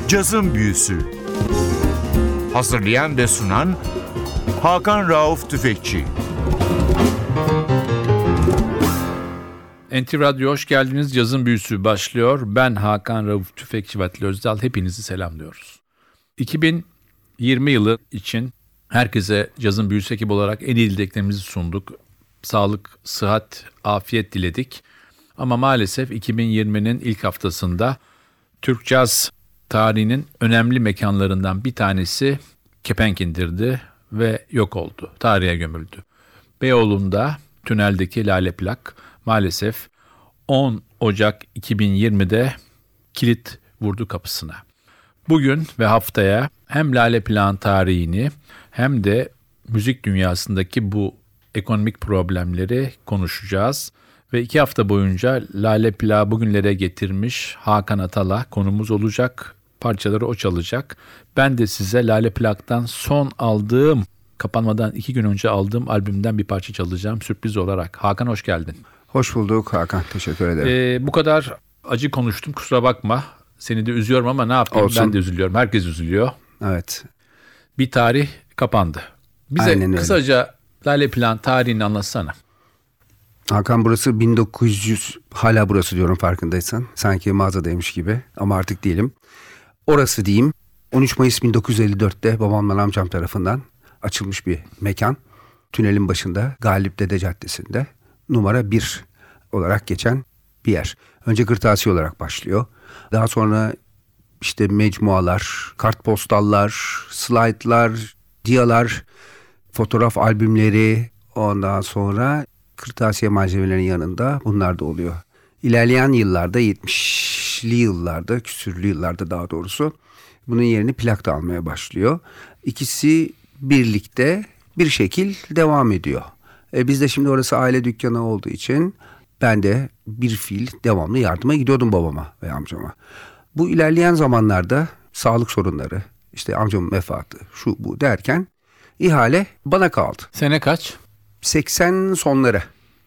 Cazın Büyüsü. Hazırlayan ve sunan Hakan Rauf Tüfekçi. NTV Radyo hoş geldiniz. Cazın Büyüsü başlıyor. Ben Hakan Rauf Tüfekçi ve Atilla Özdal. Hepinizi selamlıyoruz. 2020 yılı için herkese Cazın Büyüsü ekibi olarak en iyi dileklerimizi sunduk. Sağlık, sıhhat, afiyet diledik. Ama maalesef 2020'nin ilk haftasında Türk caz tarihinin önemli mekanlarından bir tanesi kepenk indirdi ve yok oldu. Tarihe gömüldü. Beyoğlu'nda tüneldeki Lale Plak maalesef 10 Ocak 2020'de kilit vurdu kapısına. Bugün ve haftaya hem Lale Plak'ın tarihini hem de müzik dünyasındaki bu ekonomik problemleri konuşacağız. Ve 2 hafta boyunca Lale Plak'ı bugünlere getirmiş Hakan Atala konumuz olacak. Parçaları o çalacak. Ben de size Lale Plak'tan son aldığım, kapanmadan 2 gün önce aldığım albümden bir parça çalacağım sürpriz olarak. Hakan hoş geldin. Hoş bulduk Hakan, teşekkür ederim. Bu kadar acı konuştum, kusura bakma. Seni de üzüyorum ama ne yapayım? Ben de üzülüyorum. Herkes üzülüyor. Evet. Bir tarih kapandı. Bize kısaca Lale Plak'ın tarihini anlatsana. Hakan, burası 1900, hala burası diyorum farkındaysan. Sanki mağazadaymış gibi ama artık değilim. Orası diyeyim. 13 Mayıs 1954'te babamla amcam tarafından açılmış bir mekan. Tünelin başında Galip Dede Caddesi'nde numara 1 olarak geçen bir yer. Önce kırtasiye olarak başlıyor. Daha sonra işte mecmualar, kartpostallar, slaytlar, diyalar, fotoğraf albümleri, ondan sonra kırtasiye malzemelerinin yanında bunlar da oluyor. İlerleyen yıllarda, 70'li yıllarda, küsürlü yıllarda daha doğrusu bunun yerini plak da almaya başlıyor. İkisi birlikte bir şekil devam ediyor. Biz de şimdi orası aile dükkanı olduğu için ben de bir fiil devamlı yardıma gidiyordum babama ve amcama. Bu ilerleyen zamanlarda sağlık sorunları, işte amcamın vefatı, şu bu derken ihale bana kaldı. Sene kaç? 80 sonları.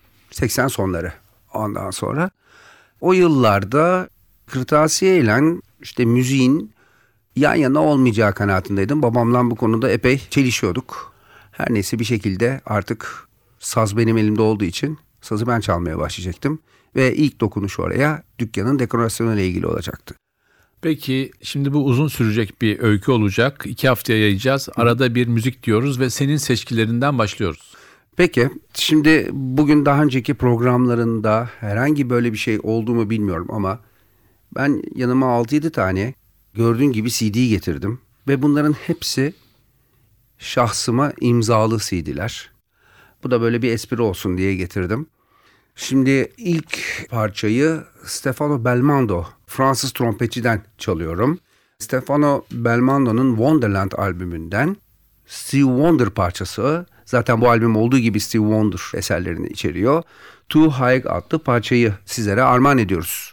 Ondan sonra o yıllarda kırtasiye ile işte müziğin yan yana olmayacağı kanaatindeydim. Babamla bu konuda epey çelişiyorduk. Her neyse bir şekilde artık saz benim elimde olduğu için sazı ben çalmaya başlayacaktım. Ve ilk dokunuş oraya dükkanın dekorasyonu ile ilgili olacaktı. Peki şimdi bu uzun sürecek bir öykü olacak. 2 haftaya yayacağız. Arada bir müzik diyoruz ve senin seçkilerinden başlıyoruz. Peki, şimdi bugün daha önceki programlarında herhangi böyle bir şey oldu mu bilmiyorum ama ben yanıma 6-7 tane gördüğün gibi CD getirdim. Ve bunların hepsi şahsıma imzalı CD'ler. Bu da böyle bir espri olsun diye getirdim. Şimdi ilk parçayı Stefano Belmondo, Fransız trompetçiden çalıyorum. Stefano Belmondo'nun Wonderland albümünden Stevie Wonder parçası. Zaten bu albüm olduğu gibi Stevie Wonder eserlerini içeriyor. Too High adlı parçayı sizlere armağan ediyoruz.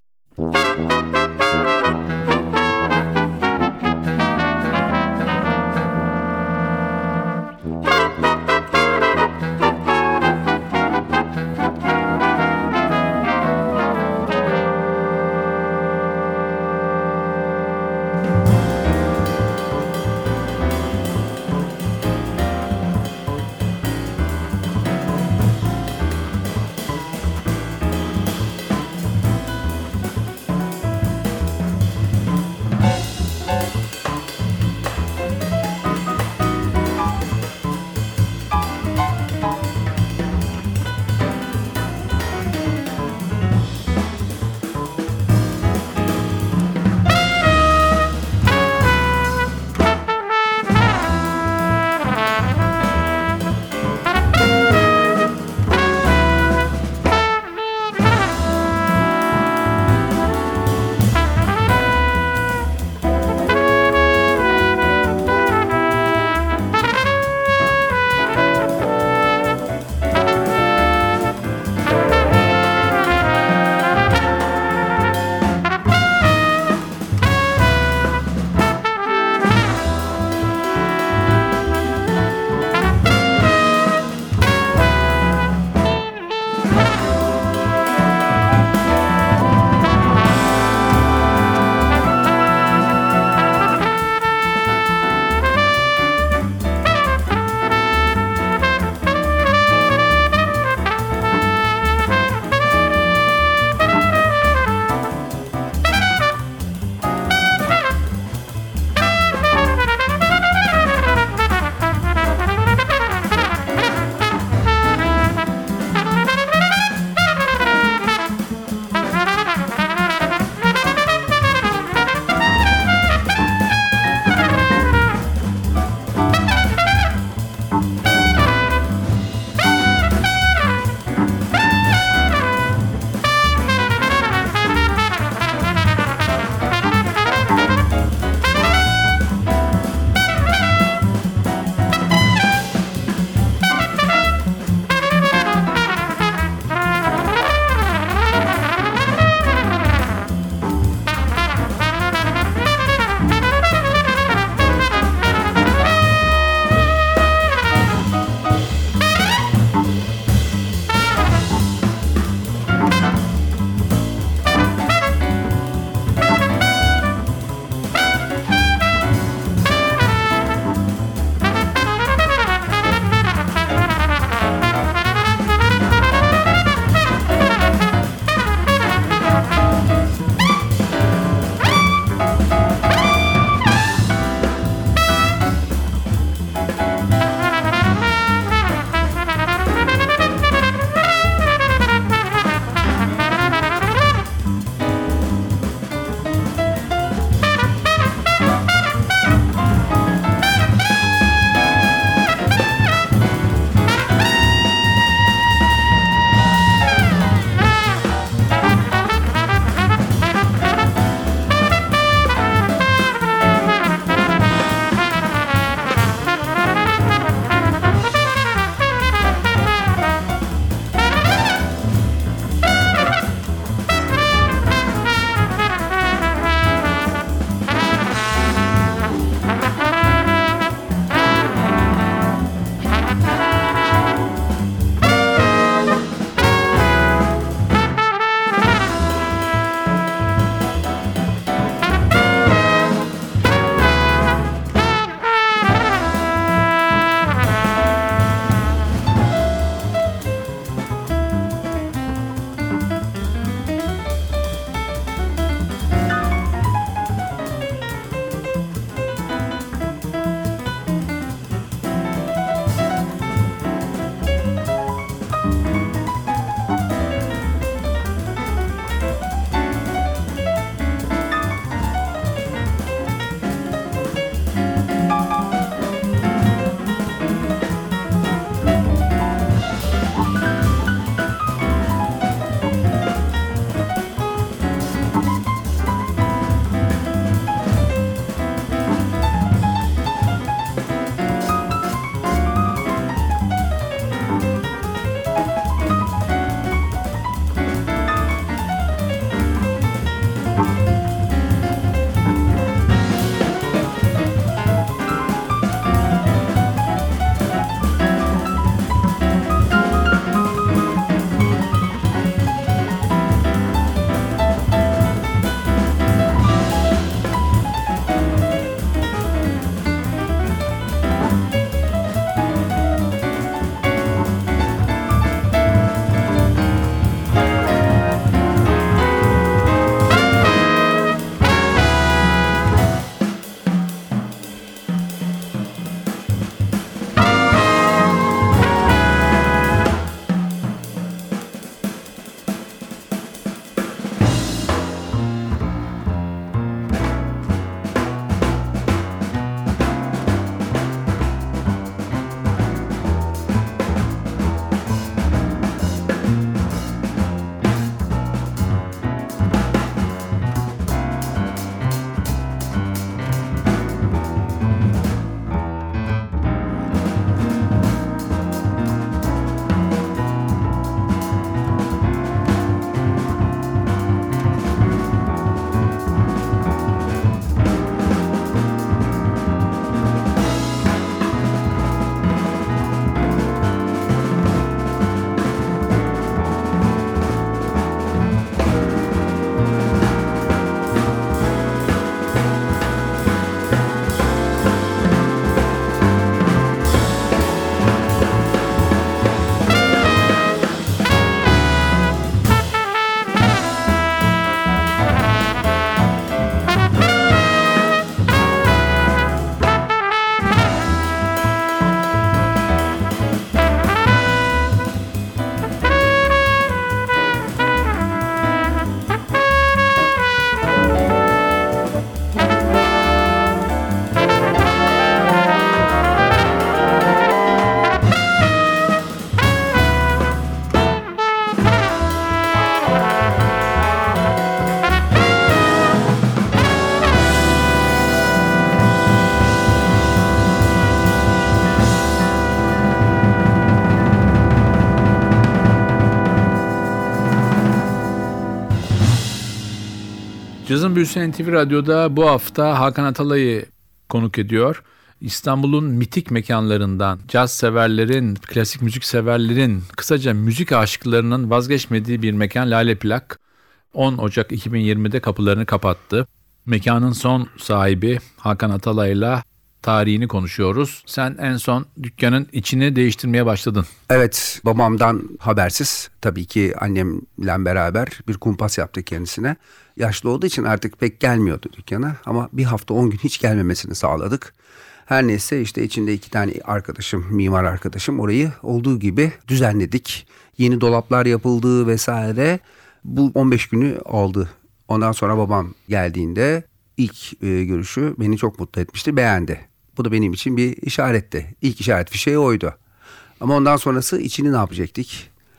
Cazın Büyüsü NTV Radyo'da bu hafta Hakan Atalay'ı konuk ediyor. İstanbul'un mitik mekanlarından caz severlerin, klasik müzik severlerin, kısaca müzik aşıklarının vazgeçmediği bir mekan Lale Plak 10 Ocak 2020'de kapılarını kapattı. Mekanın son sahibi Hakan Atalay'la tarihini konuşuyoruz. Sen en son dükkanın içini değiştirmeye başladın. Evet, babamdan habersiz tabii ki annemle beraber bir kumpas yaptık kendisine. Yaşlı olduğu için artık pek gelmiyordu dükkana ama bir hafta 10 gün hiç gelmemesini sağladık. Her neyse işte içinde 2 tane arkadaşım, mimar arkadaşım orayı olduğu gibi düzenledik. Yeni dolaplar yapıldı vesaire. Bu 15 günü aldı. Ondan sonra babam geldiğinde ilk görüşü beni çok mutlu etmişti, beğendi. Bu da benim için bir işaretti. İlk işaret fişeği oydu. Ama ondan sonrası içini ne yapacaktık?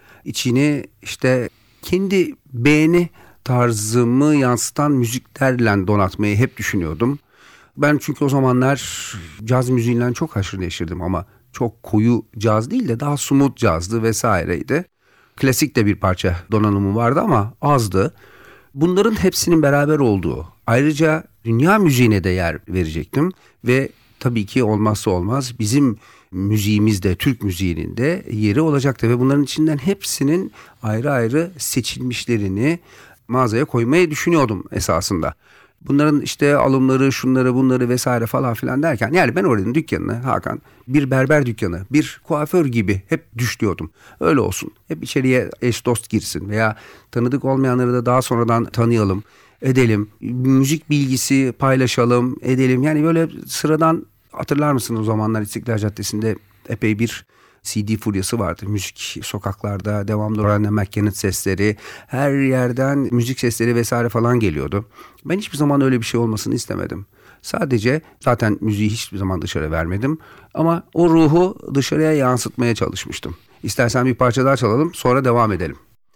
İçini işte kendi beğeni tarzımı yansıtan müziklerle donatmayı hep düşünüyordum. Ben çünkü o zamanlar caz müziğinden çok haşır neşirdim ama çok koyu caz değil de daha smooth cazdı vesaireydi. Klasik de bir parça donanımı vardı ama azdı. Bunların hepsinin beraber olduğu, ayrıca dünya müziğine de yer verecektim ve tabii ki olmazsa olmaz bizim müziğimizde, Türk müziğinin de yeri olacaktı ve bunların içinden hepsinin ayrı ayrı seçilmişlerini mağazaya koymayı düşünüyordum esasında. Bunların işte alımları, şunları, bunları vesaire falan filan derken yani ben oranın dükkanını Hakan bir berber dükkanı, bir kuaför gibi hep düşlüyordum. Öyle olsun. Hep içeriye eş dost girsin veya tanıdık olmayanları da daha sonradan tanıyalım, edelim. Müzik bilgisi paylaşalım, edelim. Yani böyle sıradan hatırlar mısın o zamanlar İstiklal Caddesi'nde epey bir CD furyası vardı. Müzik sokaklarda devamlı Roland McKennitt sesleri, her yerden müzik sesleri vesaire falan geliyordu. Ben hiçbir zaman öyle bir şey olmasını istemedim. Sadece zaten müziği hiçbir zaman dışarı vermedim ama o ruhu dışarıya yansıtmaya çalışmıştım. İstersen bir parça daha çalalım, sonra devam edelim.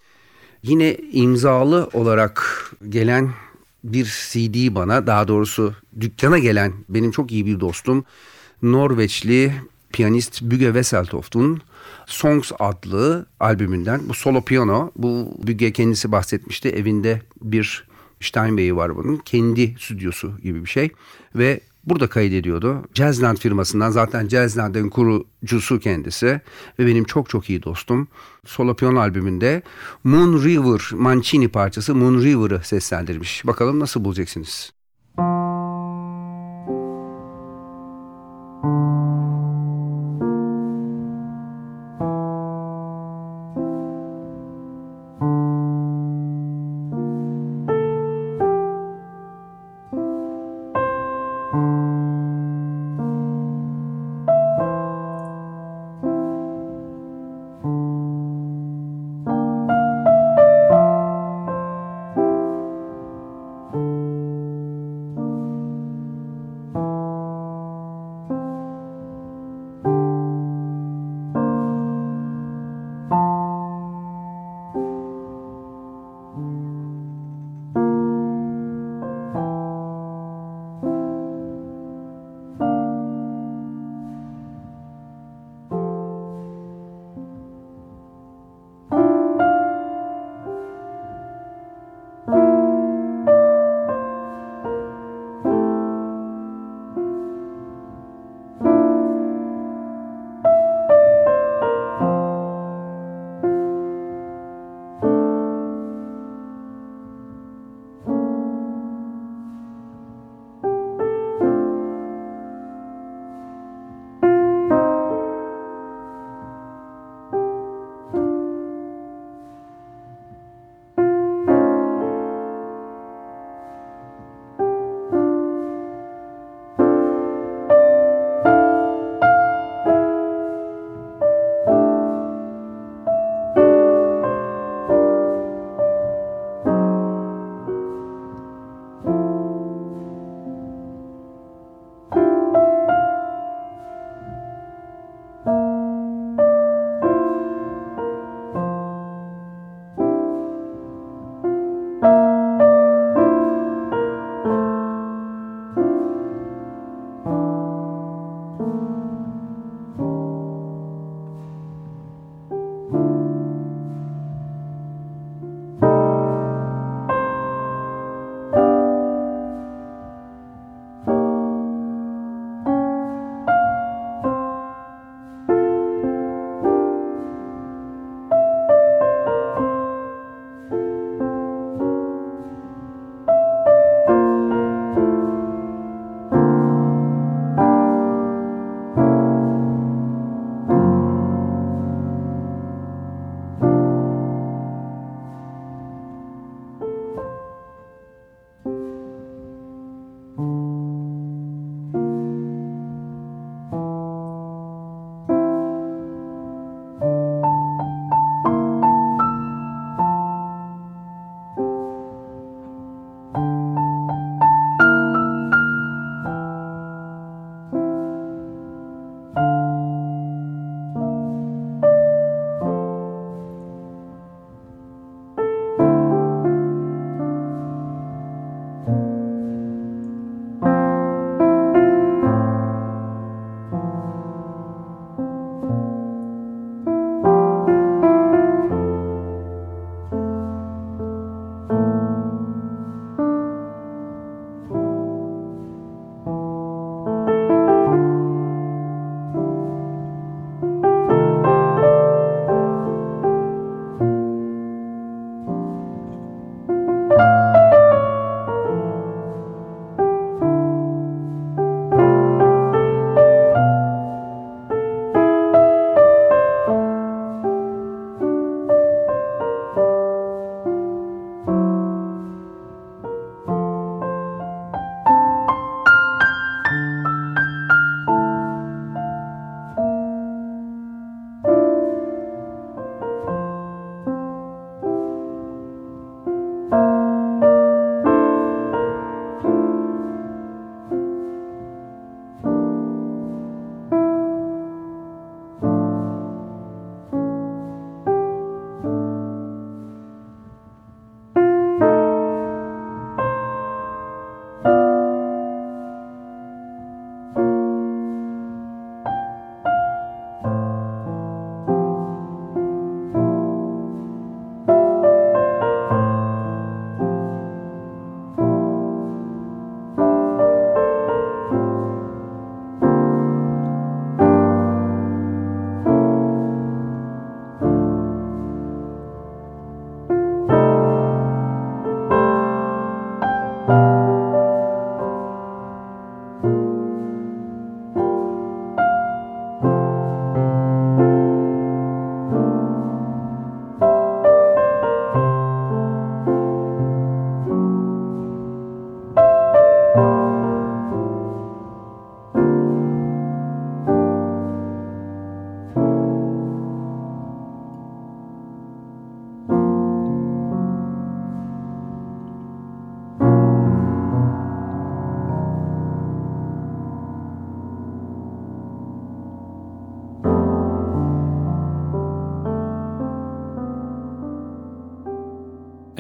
Yine imzalı olarak gelen bir CD bana, daha doğrusu dükkana gelen benim çok iyi bir dostum Norveçli piyanist Bugge Wesseltoft'un Songs adlı albümünden, bu solo piyano, bu Bugge kendisi bahsetmişti, evinde bir Steinway'i var bunun, kendi stüdyosu gibi bir şey ve burada kaydediyordu. Jazzland firmasından, zaten Jazzland'ın kurucusu kendisi ve benim çok çok iyi dostum. Solo piyano albümünde Moon River Mancini parçası Moon River'ı seslendirmiş. Bakalım nasıl bulacaksınız?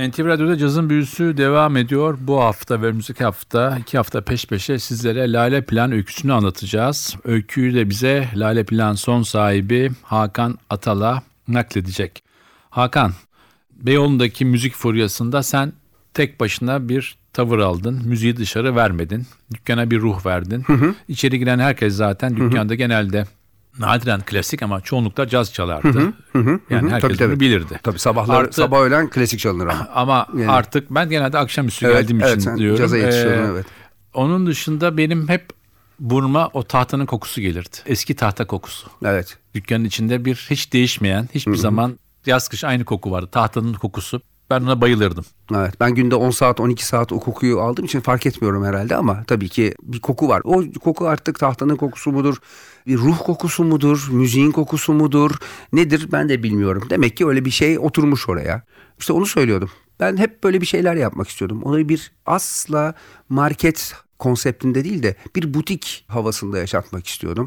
NTV Radyo'da Cazın Büyüsü devam ediyor. Bu hafta ve önümüzdeki hafta 2 hafta peş peşe sizlere Lale Plan öyküsünü anlatacağız. Öyküyü de bize Lale Plan son sahibi Hakan Atal'a nakledecek. Hakan, Beyoğlu'ndaki müzik furyasında sen tek başına bir tavır aldın. Müziği dışarı vermedin. Dükkana bir ruh verdin. İçeri giren herkes zaten dükkanda genelde nadiren klasik ama çoğunlukla caz çalardı. Yani herkes bunu bilirdi. Tabii sabah öğlen klasik çalınır ama. Ama yani. Artık ben genelde akşamüstü geldiğim için diyorum. Caza yetişiyordun, evet. Onun dışında benim hep burnuma o tahtanın kokusu gelirdi. Eski tahta kokusu. Evet. Dükkanın içinde bir hiç değişmeyen, hiçbir zaman yaz kış aynı koku vardı. Tahtanın kokusu. Ben ona bayılırdım. Evet, ben günde 10 saat 12 saat o kokuyu aldığım için fark etmiyorum herhalde ama tabii ki bir koku var. O koku artık tahtanın kokusu mudur? Bir ruh kokusu mudur? Müziğin kokusu mudur? Nedir ben de bilmiyorum. Demek ki öyle bir şey oturmuş oraya. İşte onu söylüyordum. Ben hep böyle bir şeyler yapmak istiyordum. Onu bir asla market konseptinde değil de bir butik havasında yaşatmak istiyordum.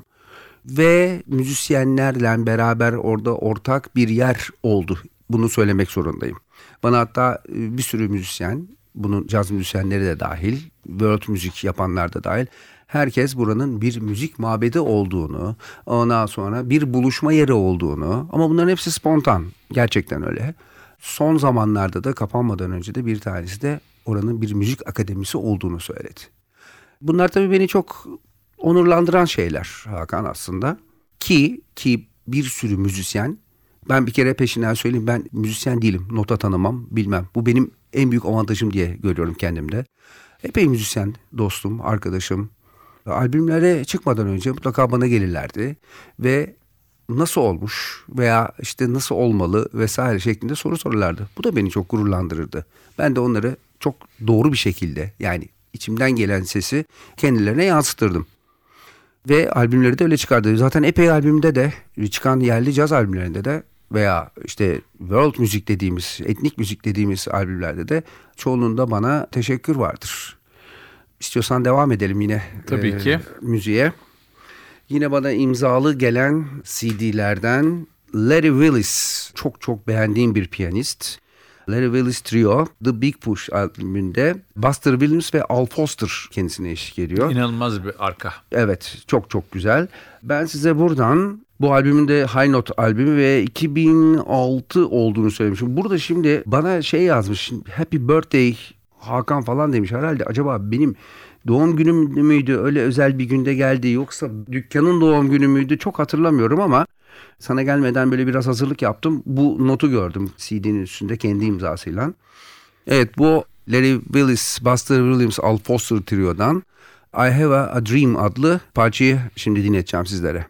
Ve müzisyenlerle beraber orada ortak bir yer oldu. Bunu söylemek zorundayım. Bana hatta bir sürü müzisyen, bunun caz müzisyenleri de dahil, world müzik yapanlar da dahil, herkes buranın bir müzik mabedi olduğunu, ondan sonra bir buluşma yeri olduğunu, ama bunların hepsi spontan, gerçekten öyle. Son zamanlarda da kapanmadan önce de bir tanesi de oranın bir müzik akademisi olduğunu söyledi. Bunlar tabii beni çok onurlandıran şeyler Hakan aslında. Ki bir sürü müzisyen, ben bir kere peşinden söyleyeyim, ben müzisyen değilim, nota tanımam, bilmem. Bu benim en büyük avantajım diye görüyorum kendimde. Epey müzisyen dostum, arkadaşım, albümlere çıkmadan önce mutlaka bana gelirlerdi ve nasıl olmuş veya işte nasıl olmalı vesaire şeklinde soru sorarlardı. Bu da beni çok gururlandırırdı. Ben de onları çok doğru bir şekilde, yani içimden gelen sesi kendilerine yansıtırdım. Ve albümleri de öyle çıkardı. Zaten epey albümde de, çıkan yerli caz albümlerinde de veya işte world müzik dediğimiz, etnik müzik dediğimiz albümlerde de çoğunluğunda bana teşekkür vardır. İstiyorsan devam edelim yine. Tabii ki. Müziğe. Yine bana imzalı gelen CD'lerden Larry Willis, çok beğendiğim bir piyanist. Larry Willis Trio, The Big Push albümünde Buster Williams ve Al Foster kendisine eşlik ediyor. İnanılmaz bir arka. Evet, çok güzel. Ben size buradan, bu albümün de High Note albümü ve 2006 olduğunu söylemişim. Burada şimdi bana şey yazmış, Happy Birthday Hakan falan demiş. Herhalde acaba benim doğum günüm müydü, öyle özel bir günde geldi, yoksa dükkanın doğum günü müydü, çok hatırlamıyorum ama sana gelmeden böyle biraz hazırlık yaptım. Bu notu gördüm CD'nin üstünde kendi imzasıyla. Evet, bu Larry Willis, Buster Williams, Al Foster Trio'dan I Have a Dream adlı parçayı şimdi dinleteceğim sizlere.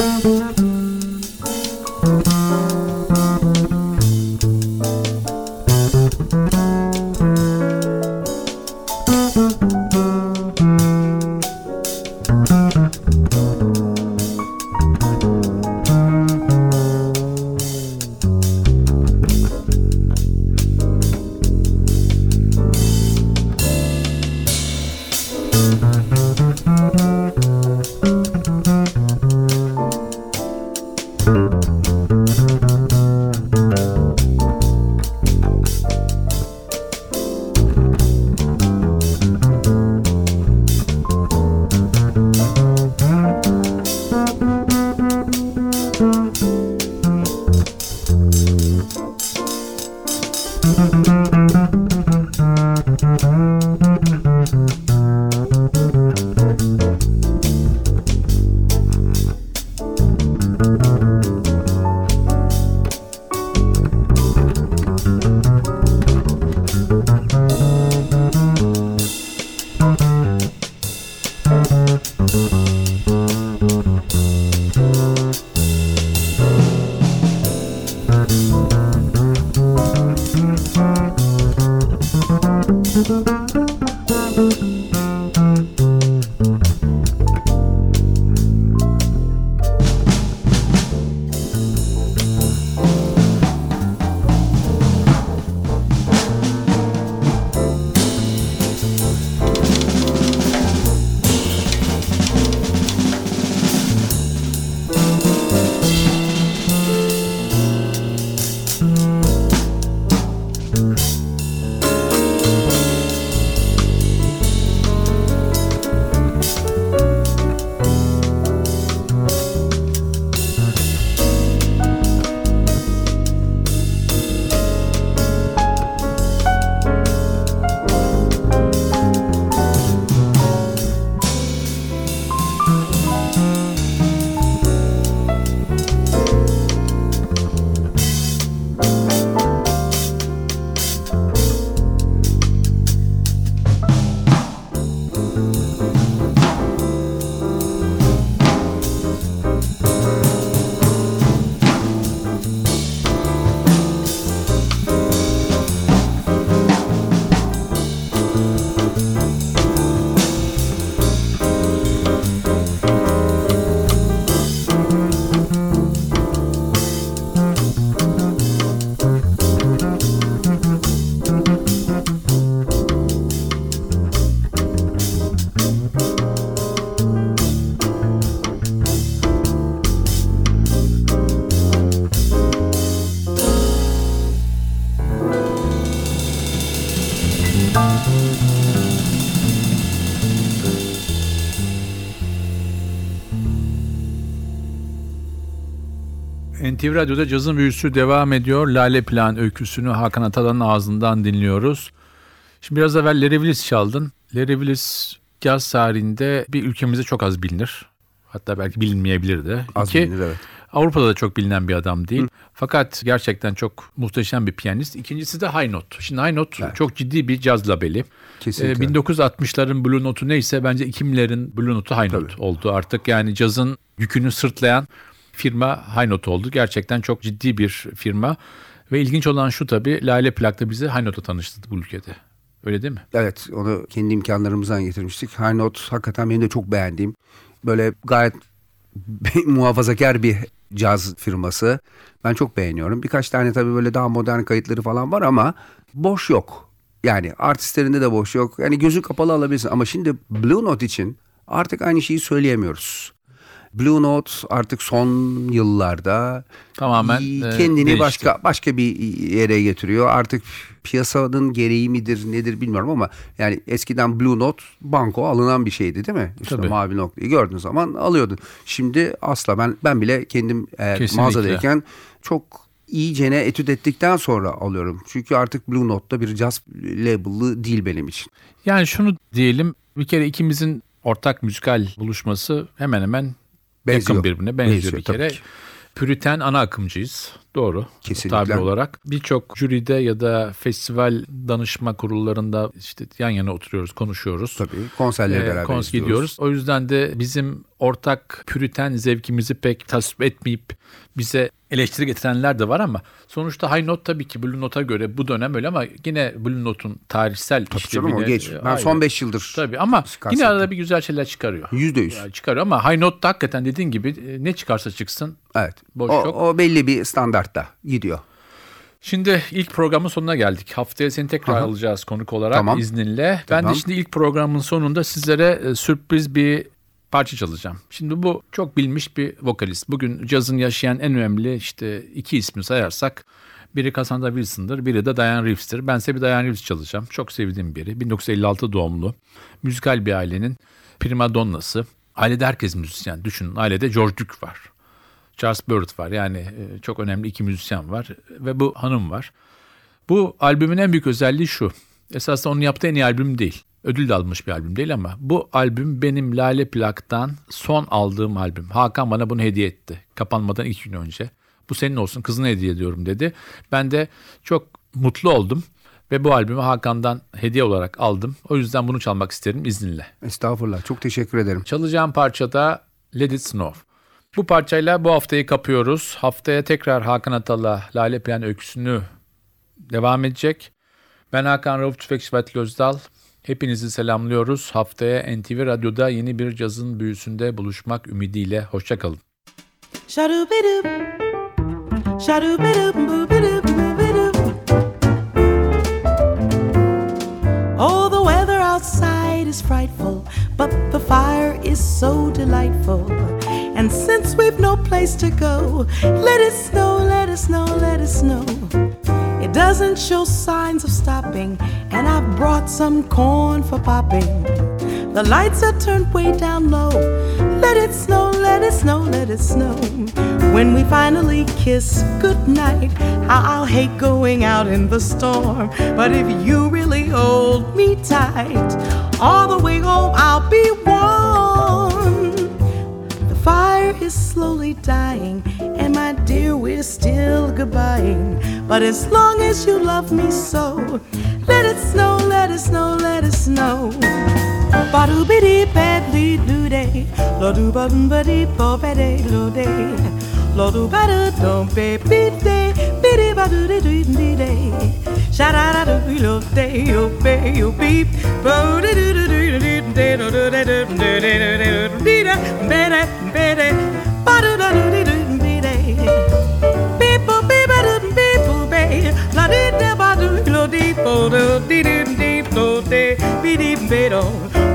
NTV Radyo'da cazın büyüsü devam ediyor. Lale Plan öyküsünü Hakan Atalan'ın ağzından dinliyoruz. Şimdi biraz evvel Larry Willis çaldın. Larry Willis caz tarihinde bir ülkemizde çok az bilinir. Hatta belki bilinmeyebilir de. Az bilinir, evet. Avrupa'da da çok bilinen bir adam değil. Fakat gerçekten çok muhteşem bir piyanist. İkincisi de High Note. Şimdi High Note çok ciddi bir caz labeli. Kesinlikle. 1960'ların Blue Note'u neyse bence 2000'lerin Blue Note'u High Note oldu. Artık yani cazın yükünü sırtlayan firma High Note oldu. Gerçekten çok ciddi bir firma. Ve ilginç olan şu tabii, Lale Plak'ta bizi High Note'a tanıştırdı bu ülkede. Öyle değil mi? Evet, onu kendi imkanlarımızdan getirmiştik. High Note hakikaten benim de çok beğendiğim, böyle gayet muhafazakar bir caz firması. Ben çok beğeniyorum. Birkaç tane tabii böyle daha modern kayıtları falan var ama boş yok. Yani artistlerinde de boş yok. Yani gözü kapalı alabilirsin. Ama şimdi Blue Note için artık aynı şeyi söyleyemiyoruz. Blue Note artık son yıllarda tamamen kendini değişti. başka bir yere getiriyor. Artık piyasanın gereği midir nedir bilmiyorum ama yani eskiden Blue Note banko alınan bir şeydi, değil mi? İşte Tabii. mavi noktayı gördüğün zaman alıyordun. Şimdi asla, ben bile kendim Kesinlikle. mağazadayken çok iyicene etüt ettikten sonra alıyorum. Çünkü artık Blue Note'da bir jazz label'ı değil benim için. Yani şunu diyelim, bir kere ikimizin ortak müzikal buluşması hemen hemen Benziyor. yakın birbirine benziyor Benziyor, bir kere. tabii ki. Püriten ana akımcıyız. Doğru. Kesinlikle. Tabir olarak. Birçok jüride ya da festival danışma kurullarında işte yan yana oturuyoruz, konuşuyoruz. Tabii konserlere beraber gidiyoruz. O yüzden de bizim ortak püriten zevkimizi pek tasvip etmeyip bize eleştiri getirenler de var ama sonuçta High Note tabii ki Blue Note'a göre bu dönem öyle ama yine Blue Note'un tarihsel işlevine... o geç. Ben son 5 yıldır... Tabii ama yine arada bir güzel şeyler çıkarıyor. %100. Yani çıkarıyor ama High Note'da hakikaten dediğin gibi ne çıkarsa çıksın. Evet. Boş yok. O belli bir standartta gidiyor. Şimdi ilk programın sonuna geldik. Haftaya seni tekrar alacağız konuk olarak izninle. Ben de şimdi ilk programın sonunda sizlere sürpriz bir parça çalacağım. Şimdi bu çok bilmiş bir vokalist. Bugün cazın yaşayan en önemli işte 2 ismi sayarsak biri Cassandra Wilson'dır, biri de Dianne Reeves'tir. Ben size bir Dianne Reeves çalacağım. Çok sevdiğim biri. 1956 doğumlu. Müzikal bir ailenin prima donnası. Ailede herkes müzisyen. Düşünün, ailede George Duke var. Charles Burt var. Yani çok önemli 2 müzisyen var. Ve bu hanım var. Bu albümün en büyük özelliği şu. Esasında onun yaptığı en iyi albüm değil. Ödül de almış bir albüm değil ama bu albüm benim Lale Plak'tan son aldığım albüm. Hakan bana bunu hediye etti. Kapanmadan 2 gün önce. Bu senin olsun, kızına hediye ediyorum dedi. Ben de çok mutlu oldum. Ve bu albümü Hakan'dan hediye olarak aldım. O yüzden bunu çalmak isterim izninle. Estağfurullah. Çok teşekkür ederim. Çalacağım parça da Let It Snow. Bu parçayla bu haftayı kapıyoruz. Haftaya tekrar Hakan Atal'la Lale Plak öyküsünü devam edecek. Ben Hakan Rauf Tüfekçi Özdal. Hepinizi selamlıyoruz. Haftaya NTV Radyo'da yeni bir cazın büyüsünde buluşmak ümidiyle. Hoşça kalın. Oh, the weather outside is frightful, but the fire is so delightful. And since we've no place to go, let it snow, let it snow, let it snow. It doesn't show signs of stopping, and I've brought some corn for popping. The lights are turned way down low. Let it snow, let it snow, let it snow. When we finally kiss goodnight, how I'll hate going out in the storm. But if you really hold me tight, all the way home I'll be warm. The fire is slowly dying, and my dear, we're still goodbying. But as long as you love me so, let it snow, let it snow, let it snow. Ba-do biddy badly do day, lo do bum buddy bo bede lo day, lo do bada don't baby day, biddy ba do do do day, sha da da do lo day, yo bay yo beep, bo do do do do do day do do do do do do do do bede bede ba do do do do bede, beep bo beep ba do beep bo bay, la di da ba do lo di bo do di di lo day, biddy bedo.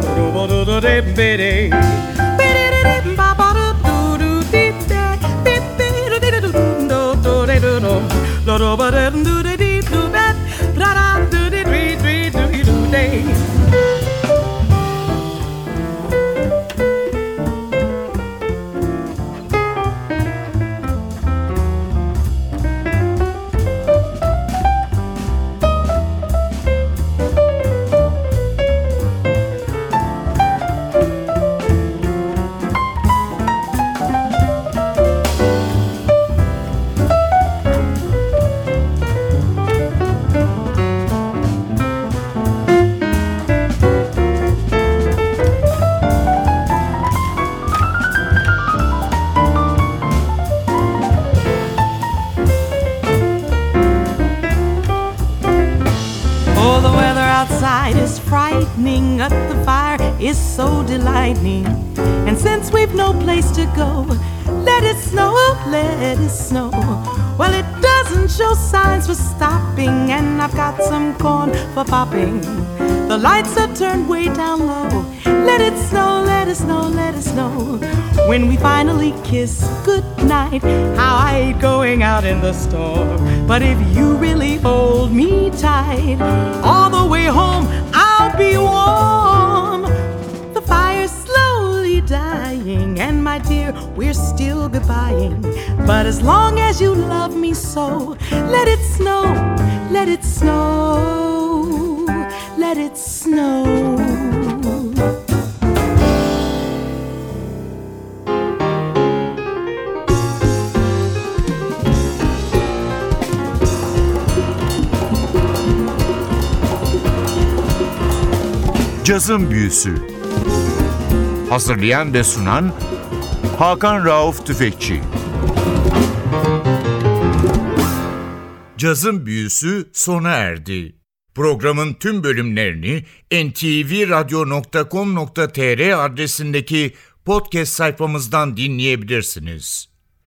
Frightening, up the fire is so delighting. And since we've no place to go, let it snow, let it snow. Well, it doesn't show signs for stopping, and I've got some corn for popping. The lights are turned way down low. Let it snow, let it snow, let it snow. When we finally kiss goodnight, how I hate going out in the storm. But if you really hold me tight, all the way home I'll be warm. The fire's slowly dying, and my dear, we're still goodbying. But as long as you love me so, let it snow, let it snow, let it snow. Cazın Büyüsü. Hazırlayan ve sunan Hakan Rauf Tüfekçi. Cazın Büyüsü sona erdi. Programın tüm bölümlerini ntvradio.com.tr adresindeki podcast sayfamızdan dinleyebilirsiniz.